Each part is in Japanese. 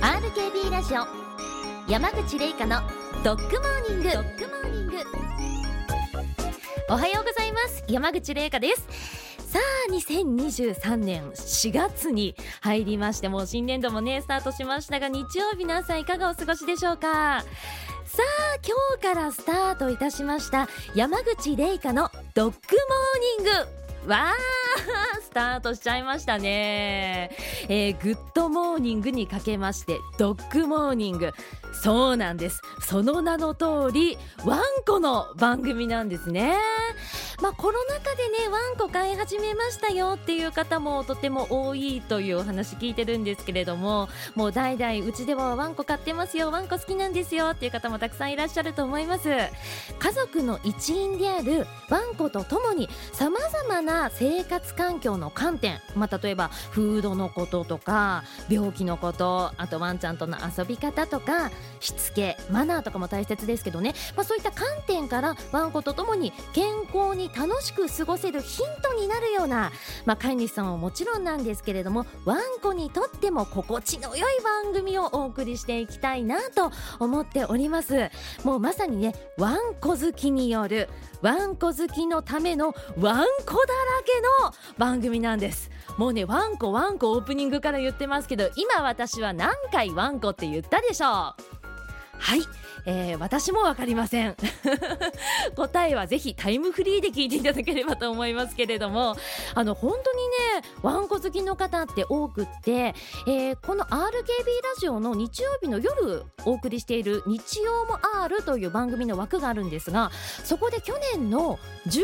RKB ラジオ山口玲香のドッグモーニング。おはようございます。山口玲香です。さあ2023年4月に入りまして、もう新年度もねスタートしましたが、日曜日の朝いかがお過ごしでしょうか。さあ今日からスタートいたしました山口玲香のドッグモーニング。わースタートしちゃいましたね。グッドモーニングにかけましてドッグモーニング。そうなんです。その名の通りワンコの番組なんですね。コロナ禍でねワンコ飼い始めましたよっていう方もとても多いというお話聞いてるんですけれども、もう代々うちではワンコ飼ってますよ、ワンコ好きなんですよっていう方もたくさんいらっしゃると思います。家族の一員であるワンコとともに様々な生活環境の観点、例えばフードのこととか病気のこと、あとワンちゃんとの遊び方とかしつけマナーとかも大切ですけどね、そういった観点からワンコとともに健康に楽しく過ごせるヒントになるような、飼い主さんはもちろんなんですけれども、ワンコにとっても心地の良い番組をお送りしていきたいなと思っております。もうまさにねワンコ好きによるワンコ好きのためのワンコだらけの番組なんです。もうねワンコオープニングから言ってますけど、今私は何回ワンコって言ったでしょう。はい、私もわかりません答えはぜひタイムフリーで聞いていただければと思いますけれども、本当にねワンコ好きの方って多くって、この RKB ラジオの日曜日の夜お送りしている日曜も R という番組の枠があるんですが、そこで去年の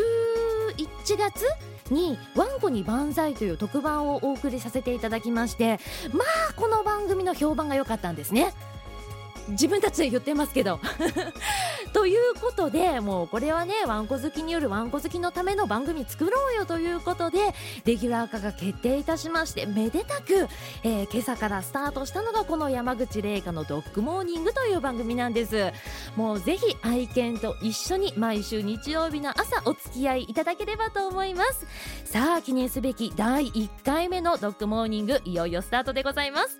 11月にワンコに万歳という特番をお送りさせていただきまして、この番組の評判が良かったんですね。自分たちで言ってますけどということで、もうこれはねワンコ好きによるワンコ好きのための番組作ろうよということでレギュラー化が決定いたしまして、めでたく、今朝からスタートしたのがこの山口玲香のドッグモーニングという番組なんです。もうぜひ愛犬と一緒に毎週日曜日の朝お付き合いいただければと思います。さあ記念すべき第1回目のドッグモーニング、いよいよスタートでございます。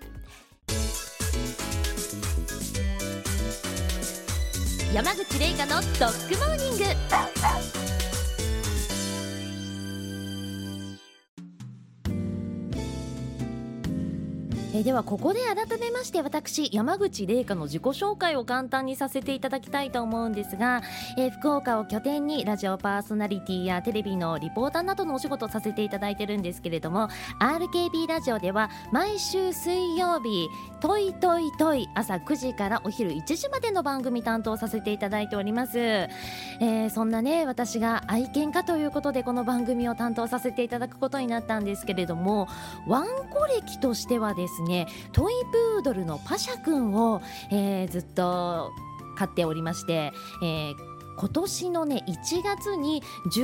山口玲香のドッグモーニング。ではここで改めまして私山口玲香の自己紹介を簡単にさせていただきたいと思うんですが、福岡を拠点にラジオパーソナリティやテレビのリポーターなどのお仕事をさせていただいてるんですけれども、 RKB ラジオでは毎週水曜日トイトイトイ朝9時からお昼1時までの番組担当させていただいております。そんなね私が愛犬家ということでこの番組を担当させていただくことになったんですけれども、ワンコ歴としてはですねトイプードルのパシャ君を、ずっと飼っておりまして、今年のね1月に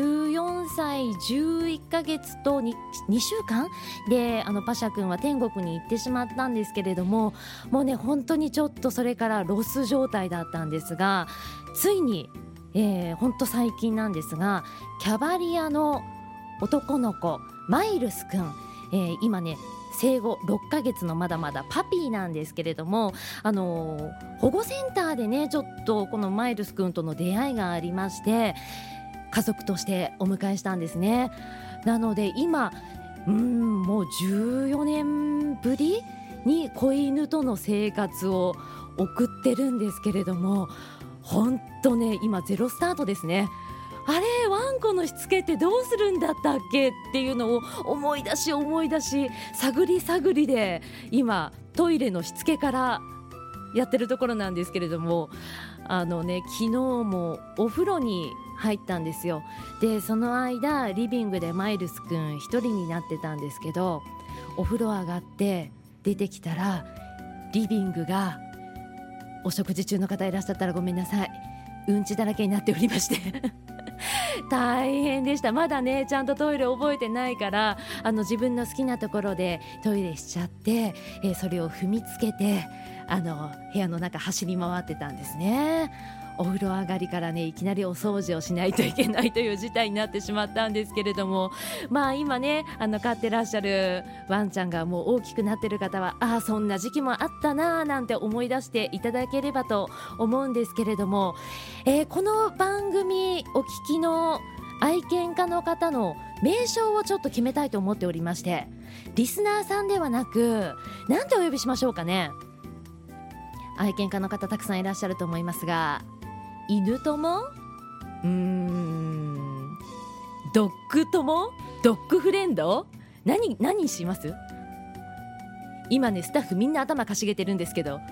14歳11ヶ月と 2週間でパシャ君は天国に行ってしまったんですけれども、もうね本当にちょっとそれからロス状態だったんですが、ついに、本当最近なんですがキャバリアの男の子マイルス君、今ね生後6ヶ月のまだまだパピーなんですけれども、保護センターでねちょっとこのマイルス君との出会いがありまして家族としてお迎えしたんですね。なので今もう14年ぶりに子犬との生活を送ってるんですけれども、本当ね今ゼロスタートですね。あれワンコのしつけってどうするんだったっけっていうのを思い出し探りで今トイレのしつけからやってるところなんですけれども、昨日もお風呂に入ったんですよ。でその間リビングでマイルスくん一人になってたんですけど、お風呂上がって出てきたらリビングがお食事中の方いらっしゃったらごめんなさい、うんちだらけになっておりまして大変でした。まだねちゃんとトイレ覚えてないから自分の好きなところでトイレしちゃって、それを踏みつけて部屋の中走り回ってたんですね。 お風呂上がりからねいきなりお掃除をしないといけないという事態になってしまったんですけれども、今ね飼ってらっしゃるワンちゃんがもう大きくなってる方はそんな時期もあったななんて思い出していただければと思うんですけれども、この番組お聞きの愛犬家の方の名称をちょっと決めたいと思っておりまして、リスナーさんではなくなんてお呼びしましょうかね。愛犬家の方たくさんいらっしゃると思いますが、犬友、ドッグ友、ドッグフレンド、何します？今ねスタッフみんな頭かしげてるんですけど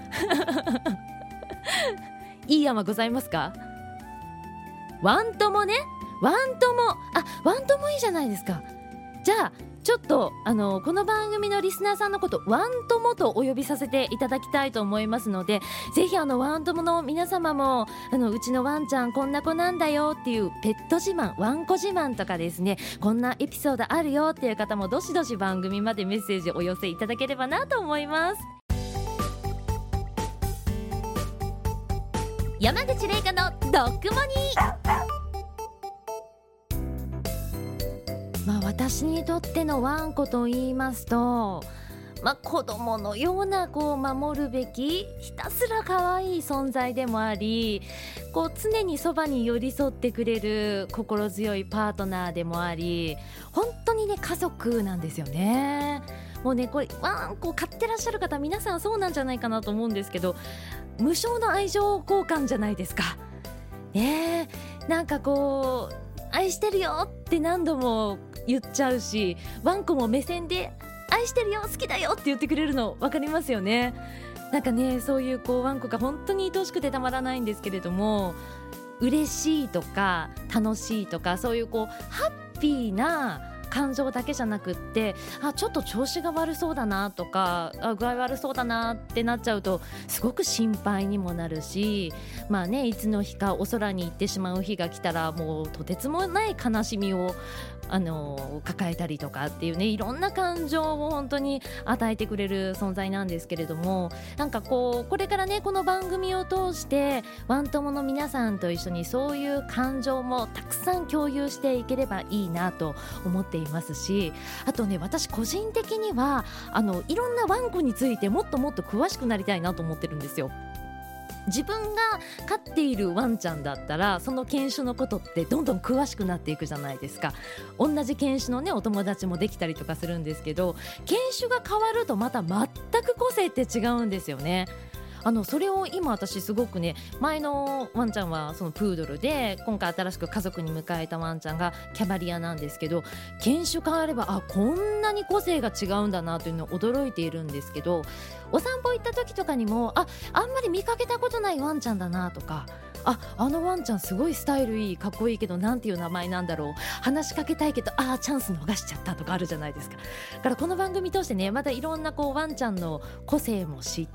いい案はございますか？ワン友ね、ワン友いいじゃないですか。じゃあちょっとこの番組のリスナーさんのことワン友とお呼びさせていただきたいと思いますので、ぜひワン友の皆様もうちのワンちゃんこんな子なんだよっていうペット自慢、ワンコ自慢とかですね、こんなエピソードあるよっていう方もどしどし番組までメッセージお寄せいただければなと思います。山口玲香のドッグモニー。私にとってのワンコと言いますと、子供のような守るべきひたすら可愛い存在でもあり、常にそばに寄り添ってくれる心強いパートナーでもあり、本当にね家族なんですよね。もうねこれワンコ飼ってらっしゃる方皆さんそうなんじゃないかなと思うんですけど、無償の愛情交換じゃないですかね。なんか愛してるよって何度も言っちゃうし、ワンコも目線で愛してるよ好きだよって言ってくれるの分かりますよね。なんかねそういうワンコが本当に愛しくてたまらないんですけれども、嬉しいとか楽しいとかそういうハッピーな感情だけじゃなくって、ちょっと調子が悪そうだなとか具合悪そうだなってなっちゃうとすごく心配にもなるし、いつの日かお空に行ってしまう日が来たらもうとてつもない悲しみを抱えたりとかっていうね、いろんな感情を本当に与えてくれる存在なんですけれども、なんかこれからねこの番組を通してワン友の皆さんと一緒にそういう感情もたくさん共有していければいいなと思っていますし、あとね私個人的にはいろんなワンコについてもっともっと詳しくなりたいなと思ってるんですよ。自分が飼っているワンちゃんだったらその犬種のことってどんどん詳しくなっていくじゃないですか。同じ犬種のねお友達もできたりとかするんですけど、犬種が変わるとまた全く個性って違うんですよね。それを今私すごくね、前のワンちゃんはそのプードルで、今回新しく家族に迎えたワンちゃんがキャバリアなんですけど、犬種変わればこんなに個性が違うんだなというのを驚いているんですけど、お散歩行った時とかにもあんまり見かけたことないワンちゃんだなとか、あのワンちゃんすごいスタイルいい、かっこいいけどなんていう名前なんだろう、話しかけたいけどチャンス逃しちゃったとかあるじゃないですか。だからこの番組通してねまたいろんなワンちゃんの個性も知って、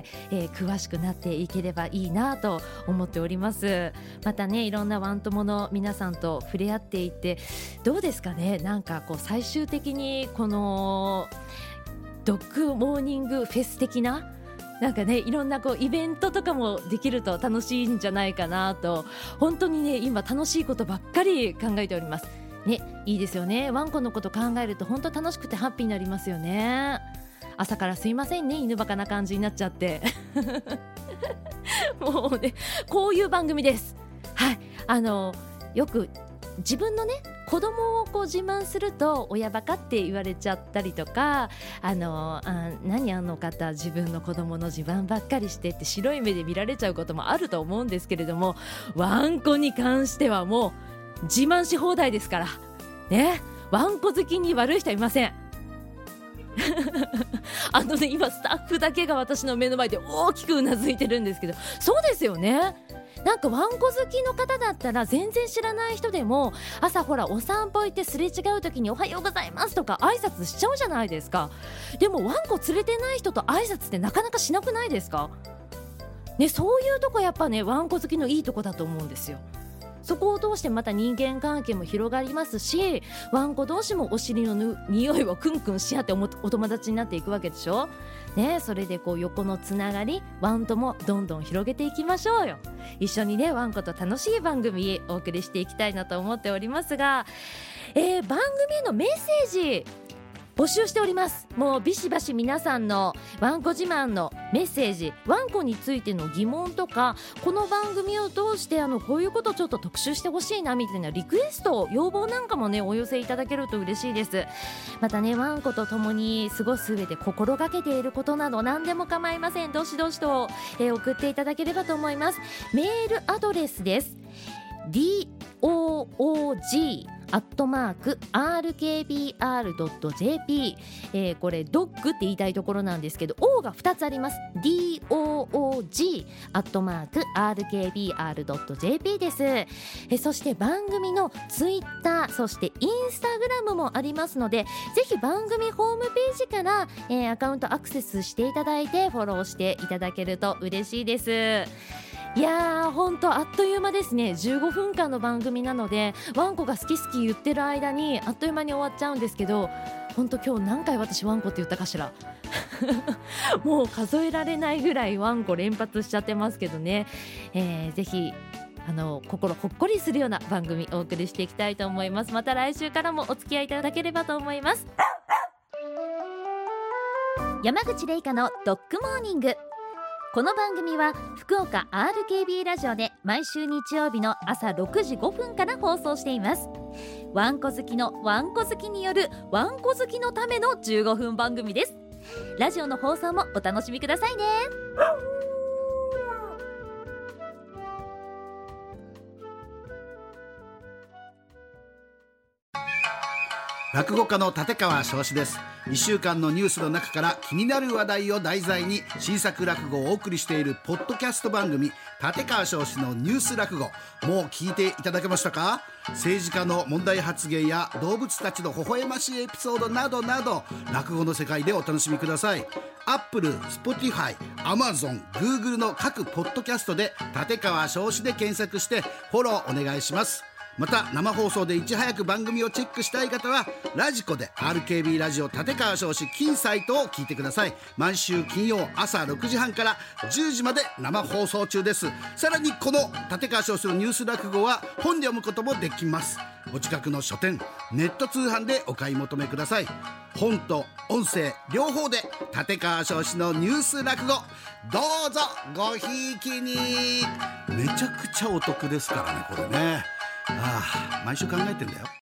詳しくなっていければいいなと思っております。またねいろんなワン友の皆さんと触れ合っていってどうですかね。なんか最終的にこのドッグモーニングフェス的ななんかねいろんなイベントとかもできると楽しいんじゃないかなと、本当にね今楽しいことばっかり考えておりますね。いいですよね。ワンコのこと考えると本当楽しくてハッピーになりますよね。朝からすいませんね犬バカな感じになっちゃってもうねこういう番組です。はい、よく自分のね子供を自慢すると親バカって言われちゃったりとか、何あの方自分の子供の自慢ばっかりしてって白い目で見られちゃうこともあると思うんですけれども、ワンコに関してはもう自慢し放題ですからね。ワンコ好きに悪い人はいません今スタッフだけが私の目の前で大きくうなずいてるんですけど、そうですよね。なんかワンコ好きの方だったら全然知らない人でも朝お散歩行ってすれ違う時におはようございますとか挨拶しちゃうじゃないですか。でもワンコ連れてない人と挨拶ってなかなかしなくないですかね。そういうとこやっぱねワンコ好きのいいとこだと思うんですよそこを通してまた人間関係も広がりますし、ワンコ同士もお尻の匂いをクンクンし合ってお友達になっていくわけでしょ、ね、それでこう横のつながり、ワンともどんどん広げていきましょうよ。一緒にね、ワンコと楽しい番組お送りしていきたいなと思っておりますが、番組へのメッセージ募集しております。もうビシバシ皆さんのワンコ自慢のメッセージ、ワンコについての疑問とか、この番組を通してこういうことをちょっと特集してほしいなみたいなリクエスト、要望なんかもねお寄せいただけると嬉しいです。またね、ワンコと共に過ごす上で心がけていることなど何でも構いません。どしどしと、送っていただければと思います。メールアドレスです。DOOG@rkbr.jp、これドッグって言いたいところなんですけど O が2つあります。 DOOG@rkbr.jp です。そして番組のツイッター、そしてインスタグラムもありますので、ぜひ番組ホームページから、アカウントアクセスしていただいてフォローしていただけると嬉しいです。いやー、ほんとあっという間ですね。15分間の番組なので、ワンコが好き好き言ってる間にあっという間に終わっちゃうんですけど、ほんと今日何回私ワンコって言ったかしらもう数えられないぐらいワンコ連発しちゃってますけどね、ぜひ心ほっこりするような番組お送りしていきたいと思います。また来週からもお付き合いいただければと思います。山口玲香のドッグモーニング。この番組は福岡 RKB ラジオで毎週日曜日の朝6時5分から放送しています。ワンコ好きのワンコ好きによるワンコ好きのための15分番組です。ラジオの放送もお楽しみくださいね。 落語家の立川翔志です。1週間のニュースの中から気になる話題を題材に新作落語をお送りしているポッドキャスト番組、立川翔志のニュース落語、もう聞いていただけましたか？政治家の問題発言や動物たちの微笑ましいエピソードなどなど、落語の世界でお楽しみください。Apple、Spotify、Amazon、Google の各ポッドキャストで立川翔志で検索してフォローお願いします。また生放送でいち早く番組をチェックしたい方はラジコで RKB ラジオ立川翔志金サイトを聞いてください。毎週金曜朝6時半から10時まで生放送中です。さらにこの立川翔志のニュース落語は本で読むこともできます。お近くの書店、ネット通販でお買い求めください。本と音声両方で立川翔志のニュース落語、どうぞごひいきに。めちゃくちゃお得ですからね、これね。毎週考えてんだよ。